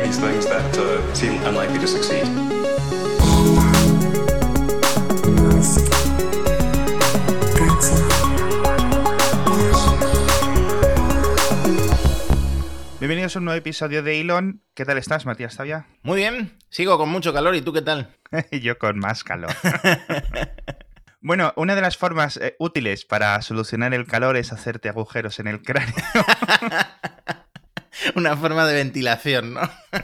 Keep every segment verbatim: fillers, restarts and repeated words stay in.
these things that uh, seem unlikely to succeed. Bienvenidos a un nuevo episodio de Elon. ¿Qué tal estás, Matías Tavia? Muy bien, sigo con mucho calor. ¿Y tú qué tal? Yo con más calor. Bueno, una de las formas eh, útiles para solucionar el calor es hacerte agujeros en el cráneo. Una forma de ventilación, ¿no?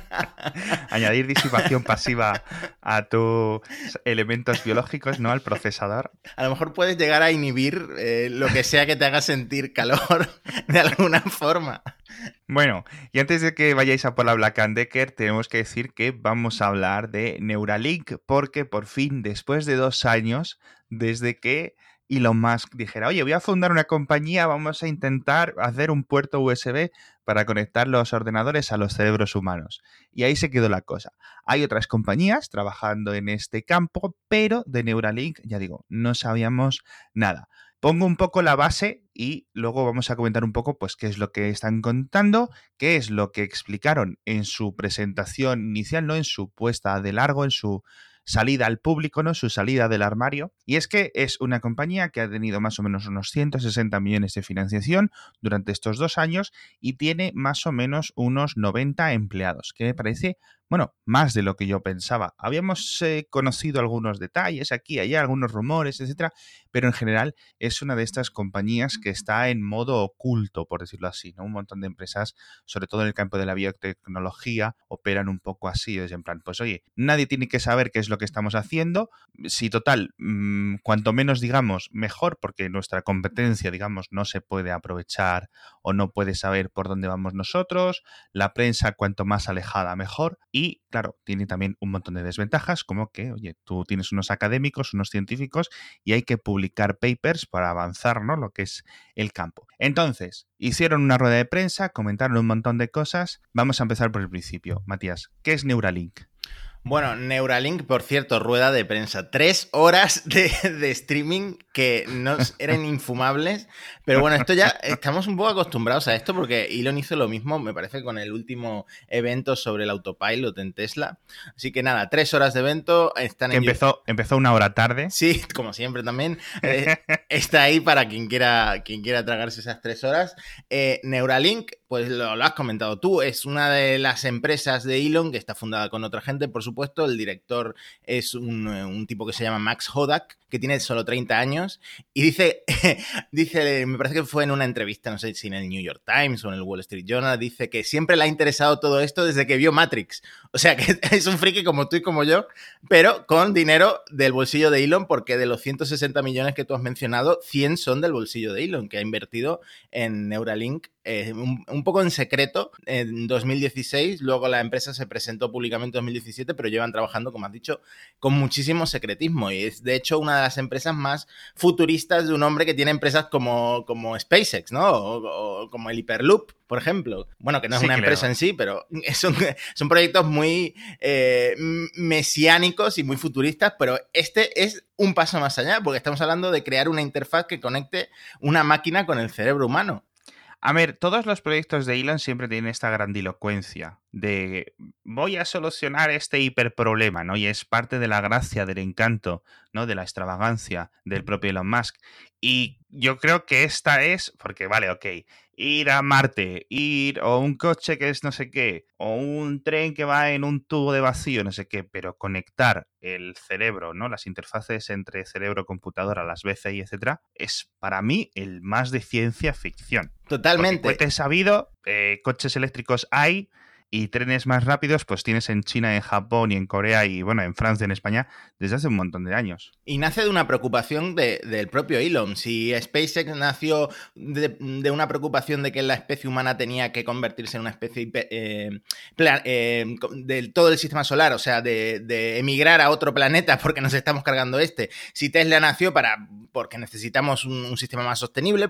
Añadir disipación pasiva a tus elementos biológicos, ¿no? Al procesador. A lo mejor puedes llegar a inhibir eh, lo que sea que te haga sentir calor de alguna forma. Bueno, y antes de que vayáis a por la Black and Decker, tenemos que decir que vamos a hablar de Neuralink, porque por fin, después de dos años, desde que Elon Musk dijera, oye, voy a fundar una compañía, vamos a intentar hacer un puerto U S B para conectar los ordenadores a los cerebros humanos. Y ahí se quedó la cosa. Hay otras compañías trabajando en este campo, pero de Neuralink, ya digo, no sabíamos nada. Pongo un poco la base y luego vamos a comentar un poco pues qué es lo que están contando, qué es lo que explicaron en su presentación inicial, ¿no? En su puesta de largo, en su salida al público, ¿no? Su salida del armario. Y es que es una compañía que ha tenido más o menos unos ciento sesenta millones de financiación durante estos dos años y tiene más o menos unos noventa empleados, que me parece, bueno, más de lo que yo pensaba. Habíamos eh, conocido algunos detalles aquí, allá, algunos rumores, etcétera, pero en general es una de estas compañías que está en modo oculto, por decirlo así, ¿no? Un montón de empresas, sobre todo en el campo de la biotecnología, operan un poco así, es en plan, pues oye, nadie tiene que saber qué es lo que estamos haciendo. Si total, mmm, cuanto menos digamos, mejor, porque nuestra competencia, digamos, no se puede aprovechar o no puede saber por dónde vamos nosotros. La prensa, cuanto más alejada, mejor. Y, claro, tiene también un montón de desventajas, como que, oye, tú tienes unos académicos, unos científicos, y hay que publicar papers para avanzar, ¿no? Lo que es el campo. Entonces, hicieron una rueda de prensa, comentaron un montón de cosas. Vamos a empezar por el principio. Matías, ¿qué es Neuralink? Bueno, Neuralink, por cierto, rueda de prensa. Tres horas de, de streaming que nos eran infumables. Pero bueno, esto ya estamos un poco acostumbrados a esto porque Elon hizo lo mismo, me parece, con el último evento sobre el autopilot en Tesla. Así que nada, tres horas de evento. Están que en empezó, empezó una hora tarde. Sí, como siempre también. Eh, está ahí para quien quiera, quien quiera tragarse esas tres horas. Eh, Neuralink, pues lo, lo has comentado tú, es una de las empresas de Elon que está fundada con otra gente, por supuesto. El director es un, un tipo que se llama Max Hodak, que tiene solo treinta años, y dice, dice, me parece que fue en una entrevista, no sé si en el New York Times o en el Wall Street Journal, dice que siempre le ha interesado todo esto desde que vio Matrix. O sea, que es un friki como tú y como yo, pero con dinero del bolsillo de Elon, porque de los ciento sesenta millones que tú has mencionado, cien son del bolsillo de Elon, que ha invertido en Neuralink eh, un, un poco en secreto en dos mil dieciséis. Luego la empresa se presentó públicamente en dos mil diecisiete, pero llevan trabajando, como has dicho, con muchísimo secretismo. Y es, de hecho, una de las empresas más futuristas de un hombre que tiene empresas como, como SpaceX, ¿no? O, o como el Hyperloop, por ejemplo. Bueno, que no es sí, una empresa claro. en sí, pero son, son proyectos muy eh, mesiánicos y muy futuristas, pero este es un paso más allá, porque estamos hablando de crear una interfaz que conecte una máquina con el cerebro humano. A ver, todos los proyectos de Elon siempre tienen esta grandilocuencia de voy a solucionar este hiperproblema, ¿no? Y es parte de la gracia, del encanto, ¿no? De la extravagancia del propio Elon Musk. Y yo creo que esta es, porque vale, ok, ir a Marte, ir, o un coche que es no sé qué, o un tren que va en un tubo de vacío, no sé qué, pero conectar el cerebro, ¿no? Las interfaces entre cerebro-computadora, las B C I, etcétera, es para mí el más de ciencia ficción. Totalmente. Porque cohetes sabido, eh, coches eléctricos hay, y trenes más rápidos pues tienes en China, en Japón y en Corea y bueno, en Francia, en España, desde hace un montón de años. Y nace de una preocupación de, del propio Elon. Si SpaceX nació de, de una preocupación de que la especie humana tenía que convertirse en una especie eh, plan, eh, de todo el sistema solar, o sea, de, de emigrar a otro planeta porque nos estamos cargando este. Si Tesla nació para porque necesitamos un, un sistema más sostenible, pues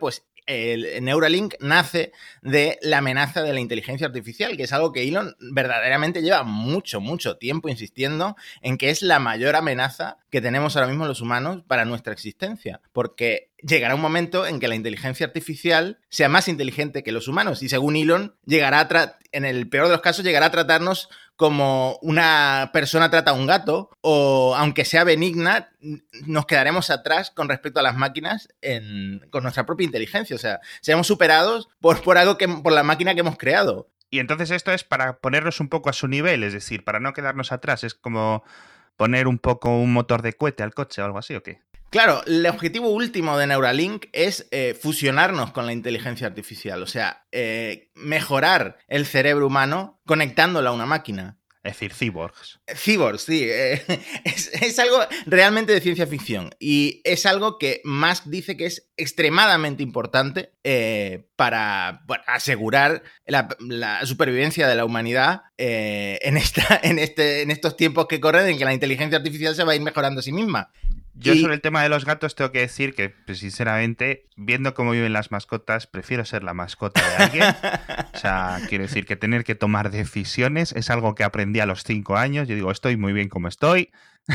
el Neuralink nace de la amenaza de la inteligencia artificial, que es algo que Elon verdaderamente lleva mucho, mucho tiempo insistiendo en que es la mayor amenaza que tenemos ahora mismo los humanos para nuestra existencia. Porque llegará un momento en que la inteligencia artificial sea más inteligente que los humanos y, según Elon, llegará a tra- en el peor de los casos, llegará a tratarnos como una persona trata a un gato, o aunque sea benigna, nos quedaremos atrás con respecto a las máquinas en, con nuestra propia inteligencia. O sea, seremos superados por, por algo que, por la máquina que hemos creado. Y entonces esto es para ponernos un poco a su nivel, es decir, para no quedarnos atrás. Es como poner un poco un motor de cohete al coche o algo así, ¿o qué? Claro, el objetivo último de Neuralink es eh, fusionarnos con la inteligencia artificial, o sea, eh, mejorar el cerebro humano conectándolo a una máquina. Es decir, cyborgs. Cyborgs, sí. Eh, es, es algo realmente de ciencia ficción y es algo que Musk dice que es extremadamente importante eh, para, para asegurar la, la supervivencia de la humanidad eh, en, esta, en, este, en estos tiempos que corren en que la inteligencia artificial se va a ir mejorando a sí misma. Yo y... sobre el tema de los gatos tengo que decir que, pues, sinceramente, viendo cómo viven las mascotas, prefiero ser la mascota de alguien. O sea, quiero decir que tener que tomar decisiones es algo que aprendí a los cinco años. Yo digo, estoy muy bien como estoy.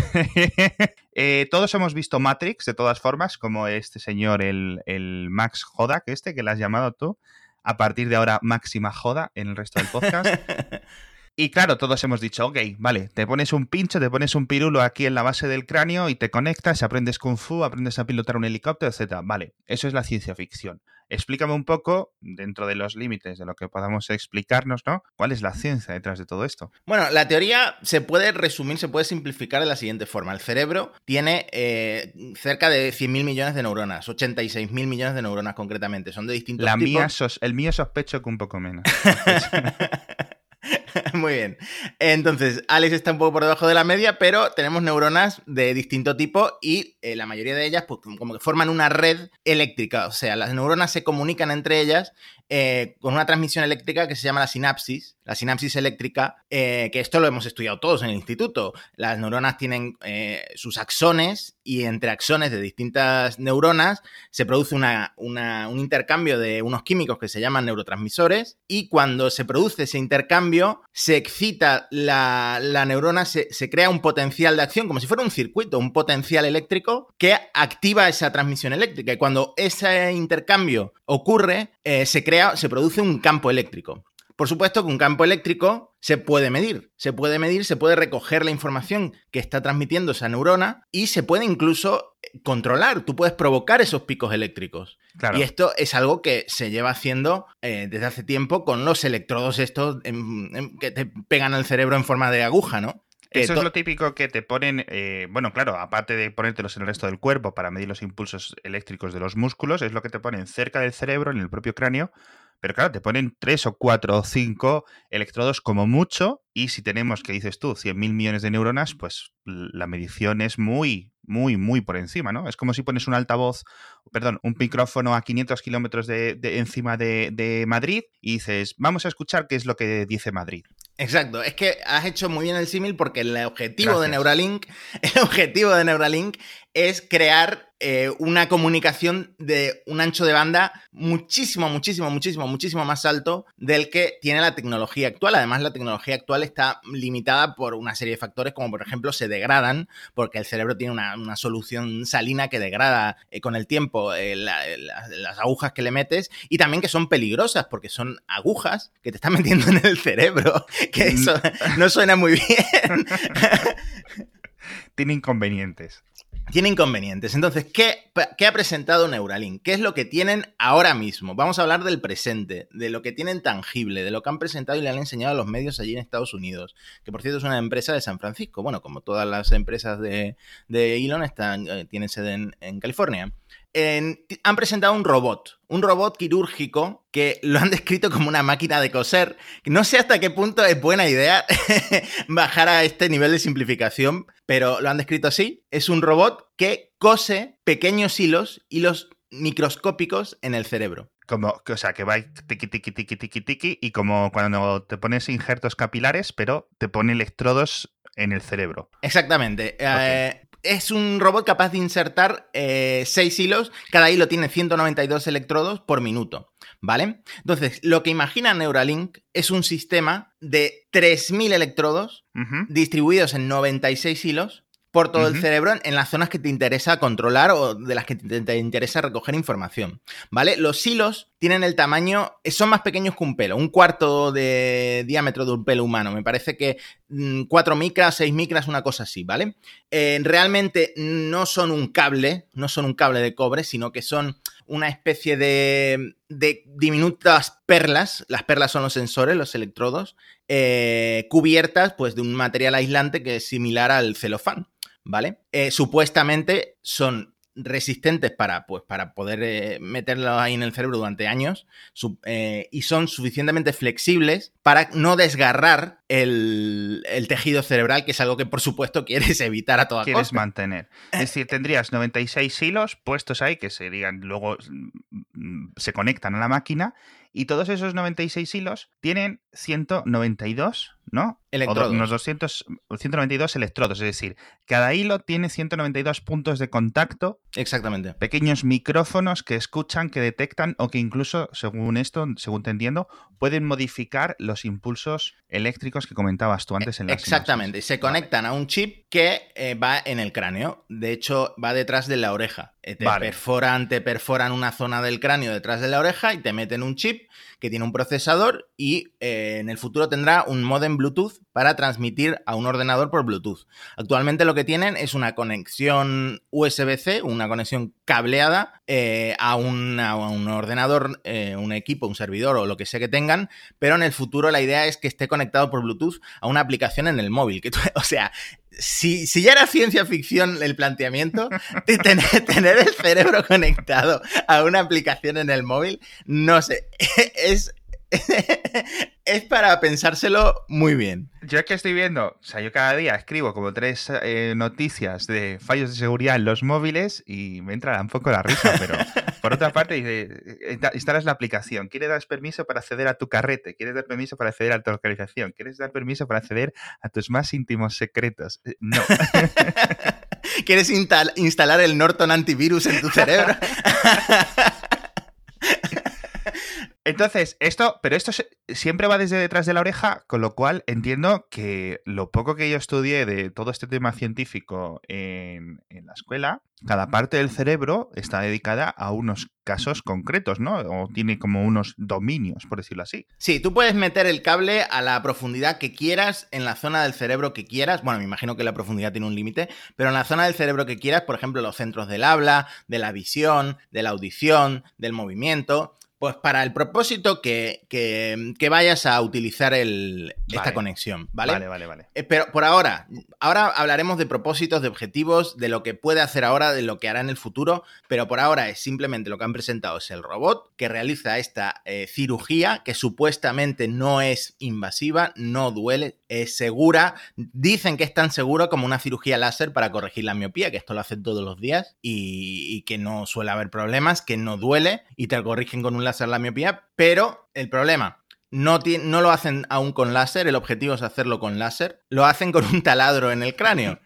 eh, todos hemos visto Matrix, de todas formas, como este señor, el, el Max Joda, que este, que le has llamado tú. A partir de ahora, Máxima Joda en el resto del podcast. Y claro, todos hemos dicho, ok, vale, te pones un pincho, te pones un pirulo aquí en la base del cráneo y te conectas, aprendes Kung Fu, aprendes a pilotar un helicóptero, etcétera. Vale, eso es la ciencia ficción. Explícame un poco, dentro de los límites de lo que podamos explicarnos, ¿no? ¿Cuál es la ciencia detrás de todo esto? Bueno, la teoría se puede resumir, se puede simplificar de la siguiente forma. El cerebro tiene eh, cerca de cien mil millones de neuronas, ochenta y seis mil millones de neuronas concretamente. Son de distintos la tipos. Mía sos- el mío sospecho que un poco menos. Muy bien. Entonces, Alex está un poco por debajo de la media, pero tenemos neuronas de distinto tipo y eh, la mayoría de ellas pues, como que forman una red eléctrica. O sea, las neuronas se comunican entre ellas eh, con una transmisión eléctrica que se llama la sinapsis, la sinapsis eléctrica, eh, que esto lo hemos estudiado todos en el instituto. Las neuronas tienen eh, sus axones y entre axones de distintas neuronas se produce una, una, un intercambio de unos químicos que se llaman neurotransmisores y cuando se produce ese intercambio se excita la, la neurona, se, se crea un potencial de acción, como si fuera un circuito, un potencial eléctrico que activa esa transmisión eléctrica. Y cuando ese intercambio ocurre, eh, se crea, se produce un campo eléctrico. Por supuesto que un campo eléctrico se puede medir, se puede medir, se puede recoger la información que está transmitiendo esa neurona y se puede incluso controlar, tú puedes provocar esos picos eléctricos. Claro. Y esto es algo que se lleva haciendo eh, desde hace tiempo con los electrodos estos en, en, que te pegan al cerebro en forma de aguja, ¿no? Eso es lo típico que te ponen, eh, bueno, claro, aparte de ponértelos en el resto del cuerpo para medir los impulsos eléctricos de los músculos, es lo que te ponen cerca del cerebro, en el propio cráneo. Pero claro, te ponen tres o cuatro o cinco electrodos como mucho y si tenemos, que dices tú, cien mil millones de neuronas, pues la medición es muy, muy, muy por encima, ¿no? Es como si pones un altavoz, perdón, un micrófono a quinientos kilómetros de, de encima de, de Madrid y dices, vamos a escuchar qué es lo que dice Madrid. Exacto, es que has hecho muy bien el símil porque el objetivo Gracias. de Neuralink, el objetivo de Neuralink es crear eh, una comunicación de un ancho de banda muchísimo, muchísimo, muchísimo, muchísimo más alto del que tiene la tecnología actual. Además, la tecnología actual está limitada por una serie de factores, como por ejemplo se degradan, porque el cerebro tiene una, una solución salina que degrada eh, con el tiempo eh, la, la, las agujas que le metes y también que son peligrosas porque son agujas que te están metiendo en el cerebro, que eso no suena muy bien. Tiene inconvenientes. Tiene inconvenientes. Entonces, ¿qué, ¿qué ha presentado Neuralink? ¿Qué es lo que tienen ahora mismo? Vamos a hablar del presente, de lo que tienen tangible, de lo que han presentado y le han enseñado a los medios allí en Estados Unidos, que por cierto es una empresa de San Francisco. Bueno, como todas las empresas de, de Elon, están, eh, tienen sede en, en California. En, han presentado un robot, un robot quirúrgico que lo han descrito como una máquina de coser. No sé hasta qué punto es buena idea bajar a este nivel de simplificación, pero lo han descrito así. Es un robot que cose pequeños hilos, hilos microscópicos en el cerebro. Como, o sea, que va tiqui, tiqui, tiqui, tiqui, tiqui, y como cuando te pones injertos capilares, pero te pone electrodos en el cerebro. Exactamente. Okay. Eh, es un robot capaz de insertar eh, seis hilos. Cada hilo tiene ciento noventa y dos electrodos por minuto, ¿vale? Entonces, lo que imagina Neuralink es un sistema de tres mil electrodos Uh-huh. distribuidos en noventa y seis hilos por todo Uh-huh. el cerebro en las zonas que te interesa controlar o de las que te, te interesa recoger información, ¿vale? Los hilos tienen el tamaño, son más pequeños que un pelo, un cuarto de diámetro de un pelo humano. Me parece que cuatro micras, seis micras, una cosa así, ¿vale? Eh, realmente no son un cable, no son un cable de cobre, sino que son una especie de, de diminutas perlas. Las perlas son los sensores, los electrodos, eh, cubiertas pues de un material aislante que es similar al celofán, ¿vale? Eh, supuestamente son resistentes para, pues, para poder eh, meterlos ahí en el cerebro durante años su, eh, y son suficientemente flexibles para no desgarrar el, el tejido cerebral, que es algo que por supuesto quieres evitar a toda Quieres costa. mantener. Es decir, tendrías noventa y seis hilos puestos ahí que serían, luego se conectan a la máquina y todos esos noventa y seis hilos tienen ciento noventa y dos, ¿no? Electrodos. O do, unos doscientos, ciento noventa y dos electrodos, es decir, cada hilo tiene ciento noventa y dos puntos de contacto. Exactamente. Pequeños micrófonos que escuchan, que detectan o que incluso, según esto, según te entiendo, pueden modificar los impulsos eléctricos que comentabas tú antes en la Exactamente. Se conectan vale. a un chip que eh, va en el cráneo. De hecho, va detrás de la oreja. Eh, te, vale. perforan, te perforan una zona del cráneo detrás de la oreja y te meten un chip que tiene un procesador y eh, en el futuro tendrá un módem Bluetooth para transmitir a un ordenador por Bluetooth. Actualmente lo que tienen es una conexión U S B C, una conexión cableada eh, a, un, a un ordenador, eh, un equipo, un servidor o lo que sea que tengan, pero en el futuro la idea es que esté conectado por Bluetooth a una aplicación en el móvil. Que tú, o sea, si, si ya era ciencia ficción el planteamiento, de tener, tener el cerebro conectado a una aplicación en el móvil, no sé, es... es para pensárselo muy bien. Yo es que estoy viendo, o sea, yo cada día escribo como tres eh, noticias de fallos de seguridad en los móviles y me entra un poco la risa, pero por otra parte dice, instalas la aplicación, quieres dar permiso para acceder a tu carrete, quieres dar permiso para acceder a tu localización, quieres dar permiso para acceder a tus más íntimos secretos. No. ¿Quieres instal- instalar el Norton antivirus en tu cerebro? Entonces, esto, pero esto se, siempre va desde detrás de la oreja, con lo cual entiendo que lo poco que yo estudié de todo este tema científico en, en la escuela, cada parte del cerebro está dedicada a unos casos concretos, ¿no? O tiene como unos dominios, por decirlo así. Sí, tú puedes meter el cable a la profundidad que quieras, en la zona del cerebro que quieras. Bueno, me imagino que la profundidad tiene un límite, pero en la zona del cerebro que quieras, por ejemplo, los centros del habla, de la visión, de la audición, del movimiento. Pues para el propósito que, que, que vayas a utilizar el, esta vale. conexión, ¿vale? Vale, vale, vale. Eh, pero por ahora, ahora hablaremos de propósitos, de objetivos, de lo que puede hacer ahora, de lo que hará en el futuro, pero por ahora es simplemente lo que han presentado es el robot que realiza esta eh, cirugía que supuestamente no es invasiva, no duele, es segura. Dicen que es tan seguro como una cirugía láser para corregir la miopía, que esto lo hacen todos los días y, y que no suele haber problemas, que no duele y te corrigen con un láser la miopía, pero el problema, no, no lo hacen aún con láser, el objetivo es hacerlo con láser, lo hacen con un taladro en el cráneo.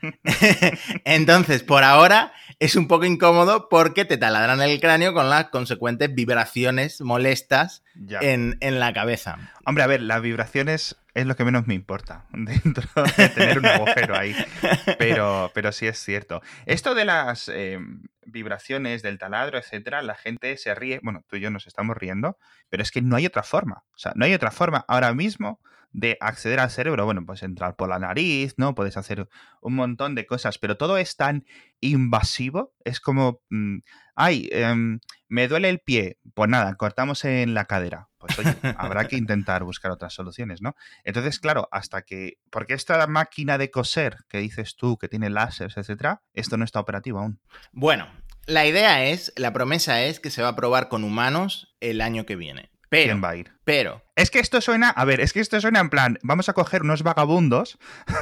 Entonces, por ahora es un poco incómodo porque te taladran el cráneo con las consecuentes vibraciones molestas en, en la cabeza. Hombre, a ver, las vibraciones es lo que menos me importa dentro de tener un agujero ahí, pero, pero sí es cierto. Esto de las eh, vibraciones del taladro, etcétera, la gente se ríe, bueno, tú y yo nos estamos riendo, pero es que no hay otra forma, o sea, no hay otra forma ahora mismo de acceder al cerebro. Bueno, pues entrar por la nariz, ¿no? Puedes hacer un montón de cosas, pero todo es tan invasivo, es como, mmm, ay, eh, me duele el pie, pues nada, cortamos en la cadera. Pues oye, habrá que intentar buscar otras soluciones, ¿no? Entonces, claro, hasta que... Porque esta máquina de coser que dices tú, que tiene láseres, etcétera, esto no está operativo aún. Bueno, la idea es, la promesa es que se va a probar con humanos el año que viene. Pero, ¿quién va a ir? Pero... Es que esto suena... A ver, es que esto suena en plan... Vamos a coger unos vagabundos...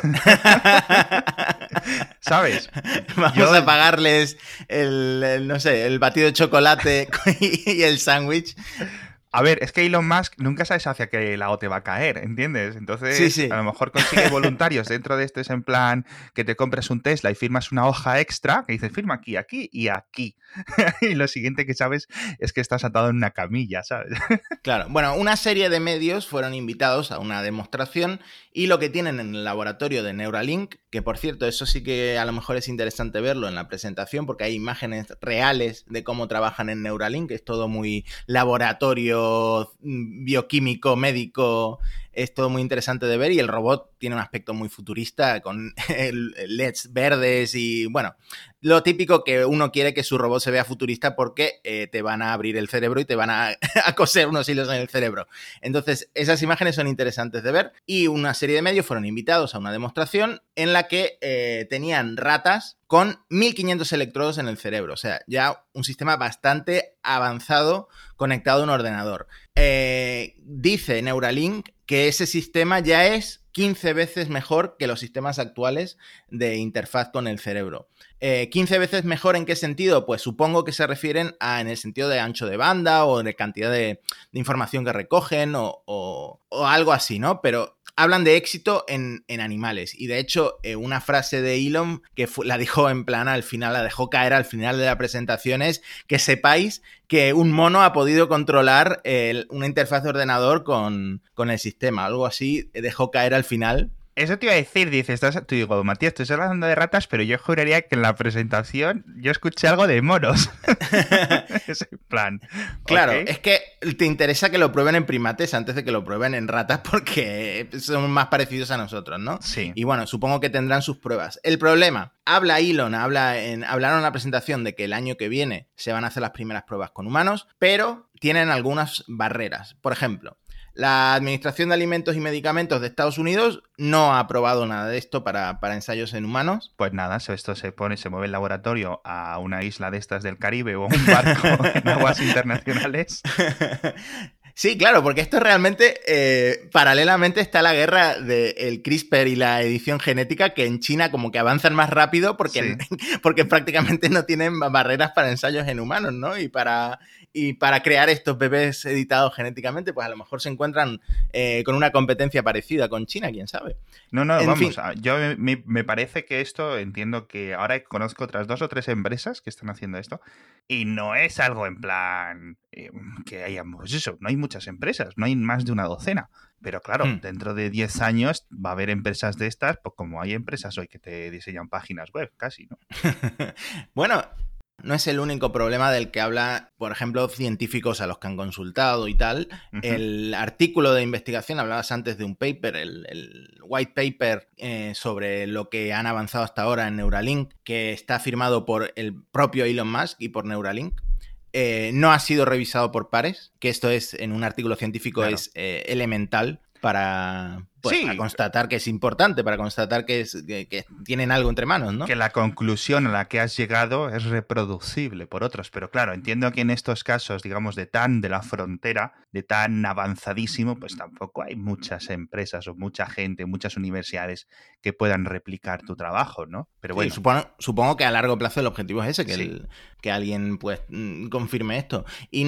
¿Sabes? Vamos Yo... a pagarles el, el, no sé, el batido de chocolate y el sándwich... A ver, es que Elon Musk nunca sabes hacia qué lado te va a caer, ¿entiendes? Entonces, Sí, sí. a lo mejor consigue voluntarios dentro de esto, es en plan que te compres un Tesla y firmas una hoja extra que dice firma aquí, aquí y aquí. Y lo siguiente que sabes es que estás atado en una camilla, ¿sabes? Claro. Bueno, una serie de medios fueron invitados a una demostración y lo que tienen en el laboratorio de Neuralink, que por cierto, eso sí que a lo mejor es interesante verlo en la presentación porque hay imágenes reales de cómo trabajan en Neuralink, es todo muy laboratorio bioquímico, médico, es todo muy interesante de ver y el robot tiene un aspecto muy futurista con L E Ds verdes y bueno, lo típico que uno quiere que su robot se vea futurista porque eh, te van a abrir el cerebro y te van a, a coser unos hilos en el cerebro. Entonces, esas imágenes son interesantes de ver y una serie de medios fueron invitados a una demostración en la que eh, tenían ratas con mil quinientos electrodos en el cerebro. O sea, ya un sistema bastante avanzado conectado a un ordenador. Eh, dice Neuralink que ese sistema ya es quince veces mejor que los sistemas actuales de interfaz con el cerebro. Eh, ¿quince veces mejor en qué sentido? Pues supongo que se refieren a en el sentido de ancho de banda o de cantidad de, de información que recogen o, o, o algo así, ¿no? Pero hablan de éxito en, en animales. Y de hecho, eh, una frase de Elon que fue, la dijo en plan al final, la dejó caer al final de la presentación es que sepáis que un mono ha podido controlar el, una interfaz de ordenador con, con el sistema. Algo así dejó caer al final. Eso te iba a decir, dices, estás, tú digo, Matías, tú estás hablando de ratas, pero yo juraría que en la presentación yo escuché algo de monos. Ese plan. Claro, ¿okay? Es que te interesa que lo prueben en primates antes de que lo prueben en ratas porque son más parecidos a nosotros, ¿no? Sí. Y bueno, supongo que tendrán sus pruebas. El problema, habla Elon, habla en, hablaron en la presentación de que el año que viene se van a hacer las primeras pruebas con humanos, pero tienen algunas barreras. Por ejemplo, la Administración de Alimentos y Medicamentos de Estados Unidos no ha aprobado nada de esto para, para ensayos en humanos. Pues nada, esto se pone, se mueve el laboratorio a una isla de estas del Caribe o a un barco en aguas internacionales. Sí, claro, porque esto realmente, eh, paralelamente está la guerra del CRISPR y la edición genética, que en China como que avanzan más rápido porque, sí. porque prácticamente no tienen barreras para ensayos en humanos, ¿no? Y para, y para crear estos bebés editados genéticamente, pues a lo mejor se encuentran eh, con una competencia parecida con China, quién sabe. No, no, en vamos, fin. yo me, me parece que esto, entiendo que ahora conozco otras dos o tres empresas que están haciendo esto y no es algo en plan eh, que hayamos eso, no hay muchas empresas, no hay más de una docena. Pero claro, hmm. dentro de diez años va a haber empresas de estas, pues como hay empresas hoy que te diseñan páginas web, casi, ¿no? Bueno, no es el único problema del que habla, por ejemplo, científicos a los que han consultado y tal. Uh-huh. El artículo de investigación, hablabas antes de un paper, el, el white paper eh, sobre lo que han avanzado hasta ahora en Neuralink, que está firmado por el propio Elon Musk y por Neuralink. Eh, no ha sido revisado por pares, que esto es, en un artículo científico, claro. es eh, elemental para, pues, sí. para constatar que es importante, para constatar que, es, que, que tienen algo entre manos, ¿no? Que la conclusión a la que has llegado es reproducible por otros. Pero claro, entiendo que en estos casos, digamos, de tan de la frontera, de tan avanzadísimo, pues tampoco hay muchas empresas o mucha gente, muchas universidades que puedan replicar tu trabajo, ¿no? Pero bueno. Sí, supongo, supongo que a largo plazo el objetivo es ese, que, sí. el, que alguien pues confirme esto. Y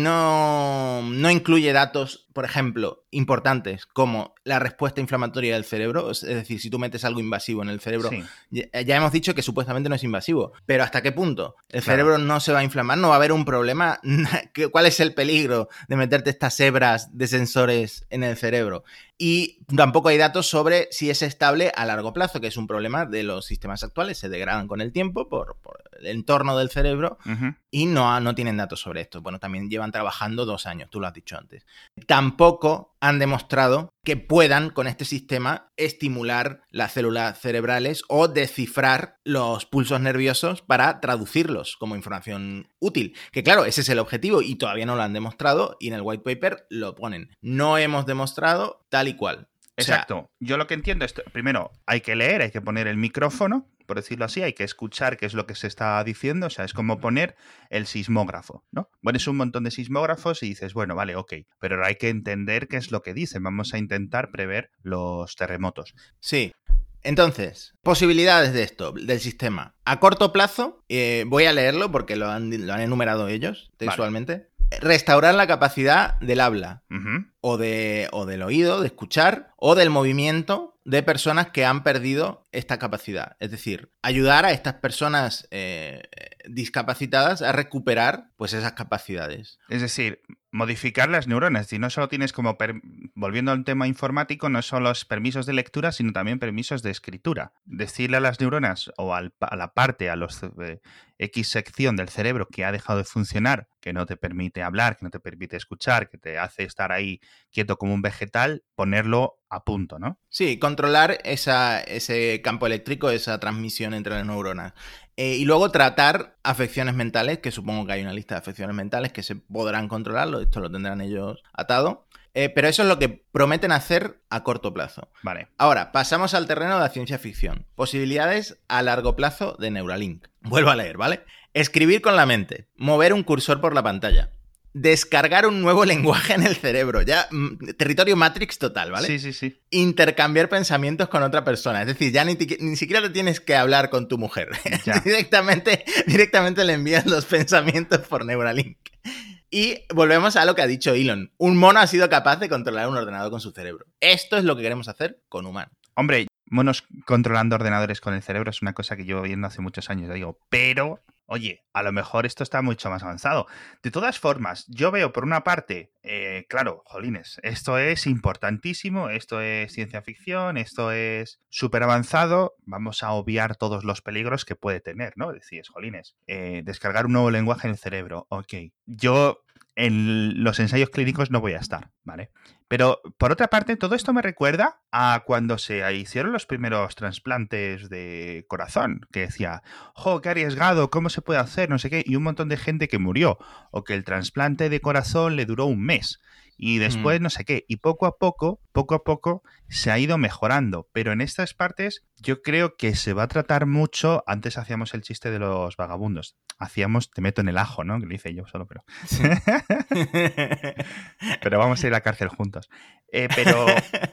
no, no incluye datos, por ejemplo, importantes como la respuesta inflamatoria del cerebro. Es decir, si tú metes algo invasivo en el cerebro, sí. ya, ya hemos dicho que supuestamente no es invasivo, pero ¿hasta qué punto? El claro. cerebro no se va a inflamar, no va a haber un problema. ¿Cuál es el peligro de meterte estas hebras de sensores en el cerebro? Y tampoco hay datos sobre si es estable a largo plazo, que es un problema de los sistemas actuales. Se degradan con el tiempo por, por el entorno del cerebro uh-huh. y no, no tienen datos sobre esto. Bueno, también llevan trabajando dos años, tú lo has dicho antes. Tampoco han demostrado que puedan, con este sistema, estimular las células cerebrales o descifrar los pulsos nerviosos para traducirlos como información útil. Que claro, ese es el objetivo y todavía no lo han demostrado y en el white paper lo ponen. No hemos demostrado tal y cual. Exacto. O sea, yo lo que entiendo es, primero, hay que leer, hay que poner el micrófono, por decirlo así, hay que escuchar qué es lo que se está diciendo, o sea, es como poner el sismógrafo, ¿no? Pones un montón de sismógrafos y dices, bueno, vale, ok, pero ahora hay que entender qué es lo que dicen, vamos a intentar prever los terremotos. Sí. Entonces, posibilidades de esto, del sistema. A corto plazo, eh, voy a leerlo porque lo han, lo han enumerado ellos textualmente. Vale. restaurar la capacidad del habla. Uh-huh. O, de, o del oído, de escuchar, o del movimiento de personas que han perdido esta capacidad. Es decir, ayudar a estas personas eh, discapacitadas a recuperar pues, esas capacidades. Es decir, modificar las neuronas. Y no solo tienes como, per... volviendo al tema informático, no solo los permisos de lectura, sino también permisos de escritura. Decirle a las neuronas o al, a la parte, a los eh, X sección del cerebro que ha dejado de funcionar, que no te permite hablar, que no te permite escuchar, que te hace estar ahí quieto como un vegetal, ponerlo a punto, ¿no? Sí, controlar esa, ese campo eléctrico, esa transmisión entre las neuronas. Eh, y luego tratar afecciones mentales, que supongo que hay una lista de afecciones mentales que se podrán controlar, esto lo tendrán ellos atado. Eh, pero eso es lo que prometen hacer a corto plazo. Vale. Ahora, pasamos al terreno de la ciencia ficción. Posibilidades a largo plazo de Neuralink. Vuelvo a leer, ¿vale? Escribir con la mente. Mover un cursor por la pantalla. Descargar un nuevo lenguaje en el cerebro. Ya, mm, territorio Matrix total, ¿vale? Sí, sí, sí. Intercambiar pensamientos con otra persona. Es decir, ya ni, ni siquiera te tienes que hablar con tu mujer. directamente, directamente le envías los pensamientos por Neuralink. Y volvemos a lo que ha dicho Elon. Un mono ha sido capaz de controlar un ordenador con su cerebro. Esto es lo que queremos hacer con humanos. Hombre, monos controlando ordenadores con el cerebro es una cosa que llevo viendo hace muchos años, ya digo, pero... Oye, a lo mejor esto está mucho más avanzado. De todas formas, yo veo por una parte, eh, claro, jolines, esto es importantísimo, esto es ciencia ficción, esto es súper avanzado, vamos a obviar todos los peligros que puede tener, ¿no? Decís, jolines, eh, descargar un nuevo lenguaje en el cerebro, ok. Yo en los ensayos clínicos no voy a estar, ¿vale? Pero, por otra parte, todo esto me recuerda a cuando se hicieron los primeros trasplantes de corazón, que decía, ¡jo, qué arriesgado! ¿Cómo se puede hacer? No sé qué. Y un montón de gente que murió. O que el trasplante de corazón le duró un mes. Y después Mm. no sé qué. Y poco a poco, poco a poco, se ha ido mejorando. Pero en estas partes yo creo que se va a tratar mucho... Antes hacíamos el chiste de los vagabundos. Hacíamos, te meto en el ajo, ¿no? Que lo hice yo solo, pero... Sí. pero vamos a ir a la cárcel juntos. Eh, pero...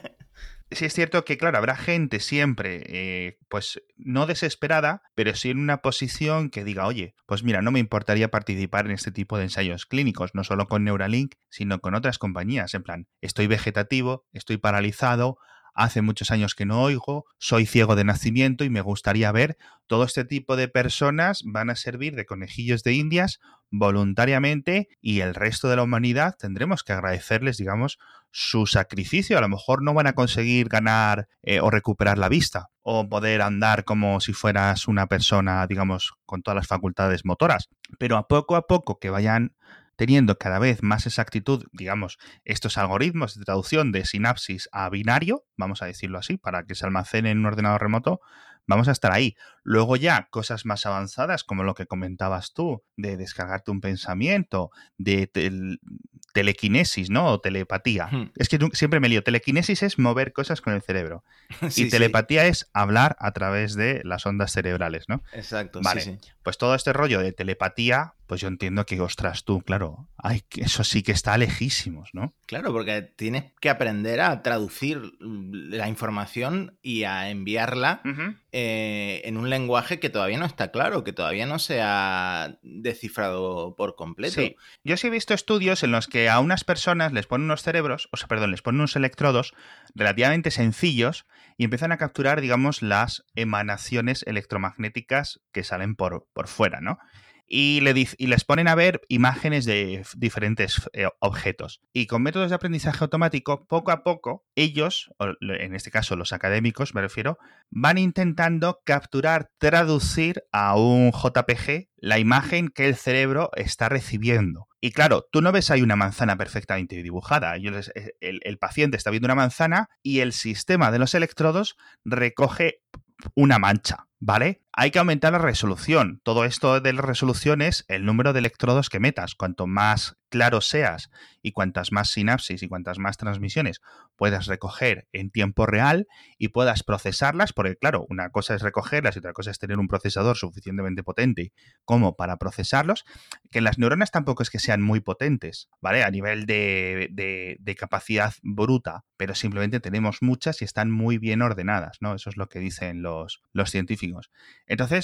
Sí es cierto que, claro, habrá gente siempre, eh, pues no desesperada, pero sí en una posición que diga, oye, pues mira, no me importaría participar en este tipo de ensayos clínicos, no solo con Neuralink, sino con otras compañías. En plan, estoy vegetativo, estoy paralizado, hace muchos años que no oigo, soy ciego de nacimiento y me gustaría ver todo este tipo de personas van a servir de conejillos de indias voluntariamente y el resto de la humanidad tendremos que agradecerles, digamos, su sacrificio. A lo mejor no van a conseguir ganar eh, o recuperar la vista o poder andar como si fueras una persona, digamos, con todas las facultades motoras, pero a poco a poco que vayan teniendo cada vez más exactitud, digamos, estos algoritmos de traducción de sinapsis a binario, vamos a decirlo así, para que se almacene en un ordenador remoto, vamos a estar ahí. Luego ya cosas más avanzadas, como lo que comentabas tú, de descargarte un pensamiento, de tel- telequinesis, ¿no? O telepatía. Hmm. Es que siempre me lío. Telequinesis es mover cosas con el cerebro. Sí, y telepatía sí. es hablar a través de las ondas cerebrales, ¿no? Exacto, vale. sí, sí. Pues todo este rollo de telepatía, pues yo entiendo que, ostras, tú, claro, ay, eso sí que está lejísimos, ¿no? Claro, porque tienes que aprender a traducir la información y a enviarla uh-huh. eh, en un lenguaje que todavía no está claro, que todavía no se ha descifrado por completo. Sí, yo sí he visto estudios en los que a unas personas les ponen unos cerebros, o sea, perdón, les ponen unos electrodos relativamente sencillos y empiezan a capturar, digamos, las emanaciones electromagnéticas que salen por, por fuera, ¿no? Y, le diz, y les ponen a ver imágenes de diferentes eh, objetos. Y con métodos de aprendizaje automático, poco a poco, ellos, o en este caso los académicos me refiero, van intentando capturar, traducir a un J P G la imagen que el cerebro está recibiendo. Y claro, tú no ves ahí una manzana perfectamente dibujada. Ellos, el, el paciente está viendo una manzana y el sistema de los electrodos recoge una mancha, ¿vale? Hay que aumentar la resolución. Todo esto de la resolución es el número de electrodos que metas. Cuanto más claro seas y cuantas más sinapsis y cuantas más transmisiones puedas recoger en tiempo real y puedas procesarlas, porque claro, una cosa es recogerlas y otra cosa es tener un procesador suficientemente potente como para procesarlos, que las neuronas tampoco es que sean muy potentes, ¿vale? A nivel de, de, de capacidad bruta, pero simplemente tenemos muchas y están muy bien ordenadas, ¿no? Eso es lo que dicen los, los científicos. Entonces,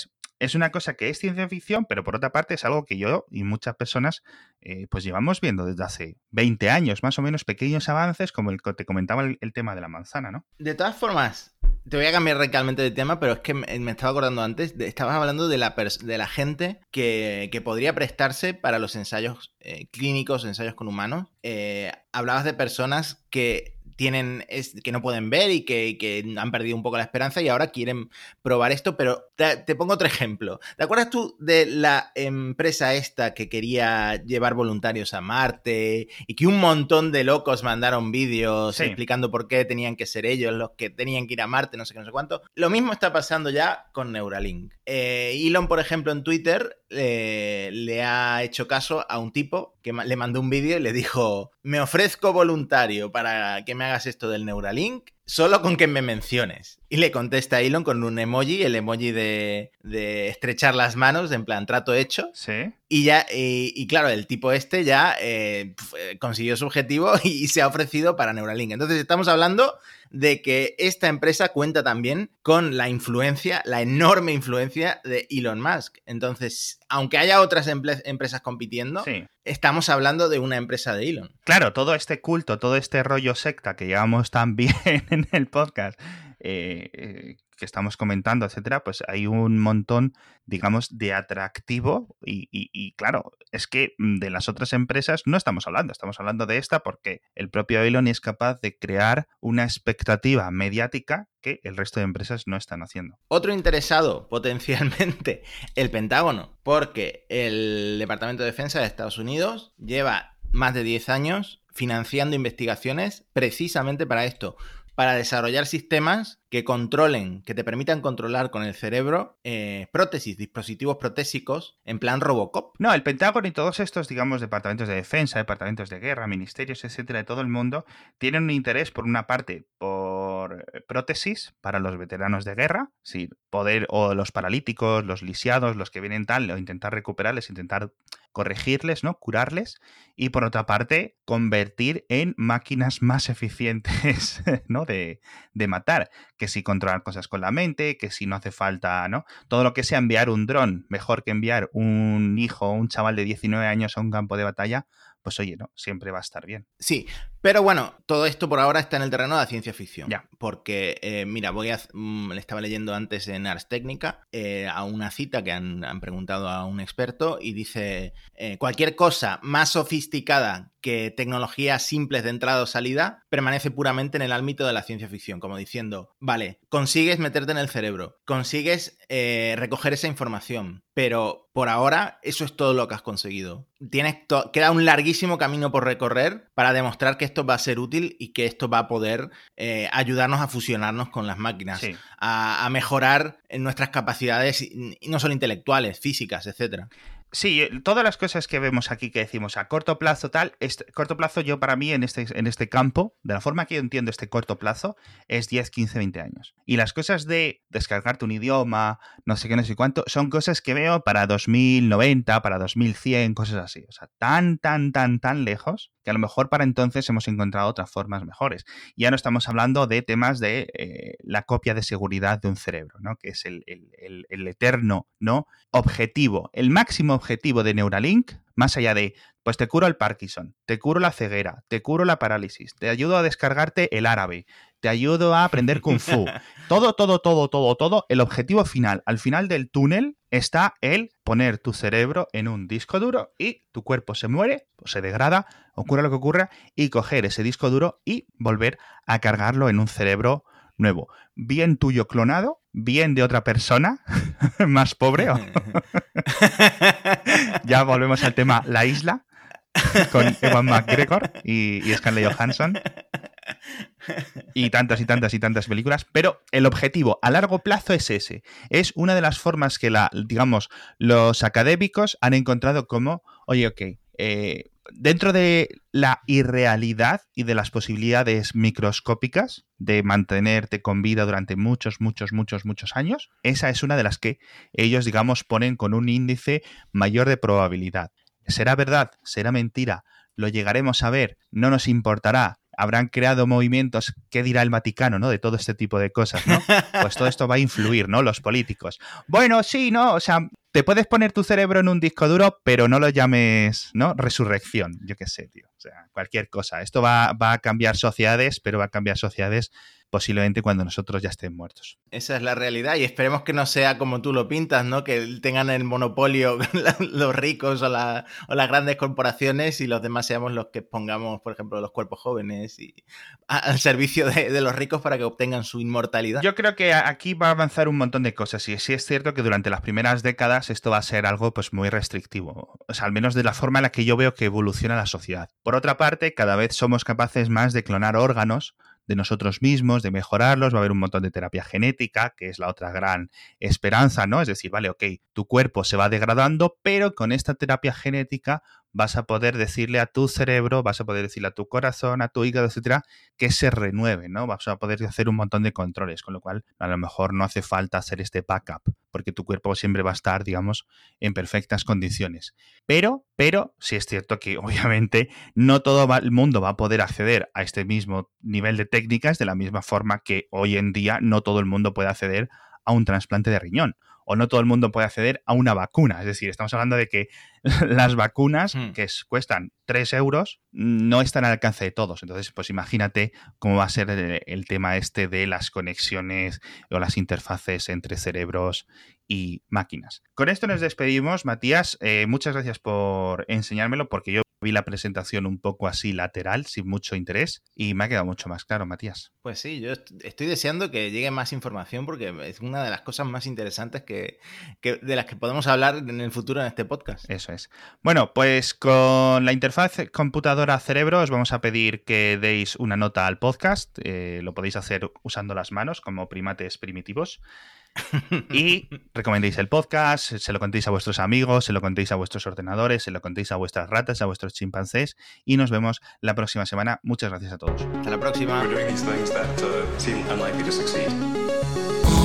es una cosa que es ciencia ficción, pero por otra parte es algo que yo y muchas personas eh, pues llevamos viendo desde hace veinte años, más o menos, pequeños avances, como el que te comentaba el, el tema de la manzana, ¿no? De todas formas, te voy a cambiar radicalmente de tema, pero es que me, me estaba acordando antes, de, estabas hablando de la, pers- de la gente que, que podría prestarse para los ensayos eh, clínicos, ensayos con humanos. Eh, hablabas de personas que tienen es, que no pueden ver y que, que han perdido un poco la esperanza y ahora quieren probar esto, pero te, te pongo otro ejemplo. ¿Te acuerdas tú de la empresa esta que quería llevar voluntarios a Marte y que un montón de locos mandaron vídeos sí. explicando por qué tenían que ser ellos los que tenían que ir a Marte, no sé qué, no sé cuánto? Lo mismo está pasando ya con Neuralink. Eh, Elon, por ejemplo, en Twitter eh, le ha hecho caso a un tipo que le mandó un vídeo y le dijo: me ofrezco voluntario para que me hagas esto del Neuralink solo con que me menciones. Y le contesta a Elon con un emoji, el emoji de, de estrechar las manos, en plan trato hecho. Sí. Y ya, y, y claro, el tipo este ya eh, consiguió su objetivo y se ha ofrecido para Neuralink. Entonces estamos hablando de que esta empresa cuenta también con la influencia, la enorme influencia de Elon Musk. Entonces, aunque haya otras emple- empresas compitiendo, sí. estamos hablando de una empresa de Elon. Claro, todo este culto, todo este rollo secta que llevamos tan bien en el podcast, eh, eh, que estamos comentando, etcétera, pues hay un montón, digamos, de atractivo y, y, y claro, es que de las otras empresas no estamos hablando, estamos hablando de esta porque el propio Elon es capaz de crear una expectativa mediática que el resto de empresas no están haciendo. Otro interesado, potencialmente, el Pentágono, porque el Departamento de Defensa de Estados Unidos lleva más de diez años financiando investigaciones precisamente para esto, para desarrollar sistemas que controlen, que te permitan controlar con el cerebro eh, prótesis, dispositivos protésicos en plan Robocop. No, el Pentágono y todos estos, digamos, departamentos de defensa, departamentos de guerra, ministerios, etcétera, de todo el mundo, tienen un interés, por una parte, por prótesis para los veteranos de guerra, sí, poder, o los paralíticos, los lisiados, los que vienen tal, o intentar recuperarles, intentar corregirles, ¿no? Curarles, y por otra parte, convertir en máquinas más eficientes, ¿no? De, de matar. Que si controlar cosas con la mente, que si no hace falta, ¿no? Todo lo que sea enviar un dron, mejor que enviar un hijo o un chaval de diecinueve años a un campo de batalla, pues oye, ¿no? Siempre va a estar bien. Sí, pero bueno, todo esto por ahora está en el terreno de la ciencia ficción. Ya. Porque, eh, mira, voy a... Mmm, le estaba leyendo antes en Ars Technica eh, a una cita que han, han preguntado a un experto y dice eh, cualquier cosa más sofisticada que tecnologías simples de entrada o salida permanece puramente en el ámbito de la ciencia ficción, como diciendo, vale, consigues meterte en el cerebro, consigues eh, recoger esa información, pero por ahora eso es todo lo que has conseguido. Tienes to- queda un larguísimo camino por recorrer para demostrar que esto va a ser útil y que esto va a poder eh, ayudarnos a fusionarnos con las máquinas, sí. a, a mejorar nuestras capacidades, y no solo intelectuales, físicas, etcétera. Sí, todas las cosas que vemos aquí que decimos a corto plazo tal, este, corto plazo yo para mí en este, en este campo, de la forma que yo entiendo este corto plazo, es diez, quince, veinte años. Y las cosas de descargarte un idioma, no sé qué, no sé cuánto, son cosas que veo para dos mil noventa, para dos mil cien, cosas así. O sea, tan, tan, tan, tan lejos que a lo mejor para entonces hemos encontrado otras formas mejores. Ya no estamos hablando de temas de eh, la copia de seguridad de un cerebro, ¿no? Que es el, el, el, el eterno, ¿no? Objetivo, el máximo objetivo de Neuralink, más allá de, pues te curo el Parkinson, te curo la ceguera, te curo la parálisis, te ayudo a descargarte el árabe, te ayudo a aprender Kung Fu. Todo, todo, todo, todo, todo, el objetivo final, al final del túnel, está el poner tu cerebro en un disco duro y tu cuerpo se muere, o se degrada, ocurra lo que ocurra, y coger ese disco duro y volver a cargarlo en un cerebro nuevo. Bien tuyo clonado, bien de otra persona, más pobre. ¿O? Ya volvemos al tema La Isla, con Ewan McGregor y, y Scarlett Johansson. Y tantas y tantas y tantas películas, pero el objetivo a largo plazo es ese. Es una de las formas que la, digamos, los académicos han encontrado como, oye, ok, eh, dentro de la irrealidad y de las posibilidades microscópicas de mantenerte con vida durante muchos, muchos, muchos, muchos años, esa es una de las que ellos, digamos, ponen con un índice mayor de probabilidad. ¿Será verdad? ¿Será mentira? ¿Lo llegaremos a ver? ¿No nos importará? habrán creado movimientos, ¿qué dirá el Vaticano, ¿no? De todo este tipo de cosas, ¿no? Pues todo esto va a influir, ¿no? Los políticos. Bueno, sí, ¿no? O sea, te puedes poner tu cerebro en un disco duro, pero no lo llames, ¿no? Resurrección, yo qué sé, tío. O sea, cualquier cosa. Esto va, va a cambiar sociedades, pero va a cambiar sociedades posiblemente cuando nosotros ya estén muertos. Esa es la realidad y esperemos que no sea como tú lo pintas, ¿no? Que tengan el monopolio los ricos o, la, o las grandes corporaciones y los demás seamos los que pongamos, por ejemplo, los cuerpos jóvenes y a, al servicio de, de los ricos para que obtengan su inmortalidad. Yo creo que aquí va a avanzar un montón de cosas y sí es cierto que durante las primeras décadas esto va a ser algo pues muy restrictivo, o sea, al menos de la forma en la que yo veo que evoluciona la sociedad. Por otra parte, cada vez somos capaces más de clonar órganos de nosotros mismos, de mejorarlos, va a haber un montón de terapia genética, que es la otra gran esperanza, ¿no? Es decir, vale, ok, tu cuerpo se va degradando, pero con esta terapia genética vas a poder decirle a tu cerebro, vas a poder decirle a tu corazón, a tu hígado, etcétera, que se renueve, ¿no? Vas a poder hacer un montón de controles, con lo cual a lo mejor no hace falta hacer este backup, porque tu cuerpo siempre va a estar, digamos, en perfectas condiciones. Pero, pero, sí es cierto que obviamente no todo va, el mundo va a poder acceder a este mismo nivel de técnicas de la misma forma que hoy en día no todo el mundo puede acceder a un trasplante de riñón. O no todo el mundo puede acceder a una vacuna. Es decir, estamos hablando de que las vacunas hmm. que cuestan tres euros no están al alcance de todos. Entonces, pues imagínate cómo va a ser el, el tema este de las conexiones o las interfaces entre cerebros y máquinas. Con esto nos despedimos, Matías. Eh, muchas gracias por enseñármelo, porque yo vi la presentación un poco así lateral, sin mucho interés, y me ha quedado mucho más claro, Matías. Pues sí, yo estoy deseando que llegue más información porque es una de las cosas más interesantes que, que de las que podemos hablar en el futuro en este podcast. Eso es. Bueno, pues con la interfaz computadora-cerebro os vamos a pedir que deis una nota al podcast. Eh, lo podéis hacer usando las manos como primates primitivos. Y recomendéis el podcast, se lo contéis a vuestros amigos, se lo contéis a vuestros ordenadores, se lo contéis a vuestras ratas, a vuestros chimpancés y nos vemos la próxima semana. Muchas gracias a todos. Hasta la próxima. We're doing these things that uh, seem unlikely to succeed.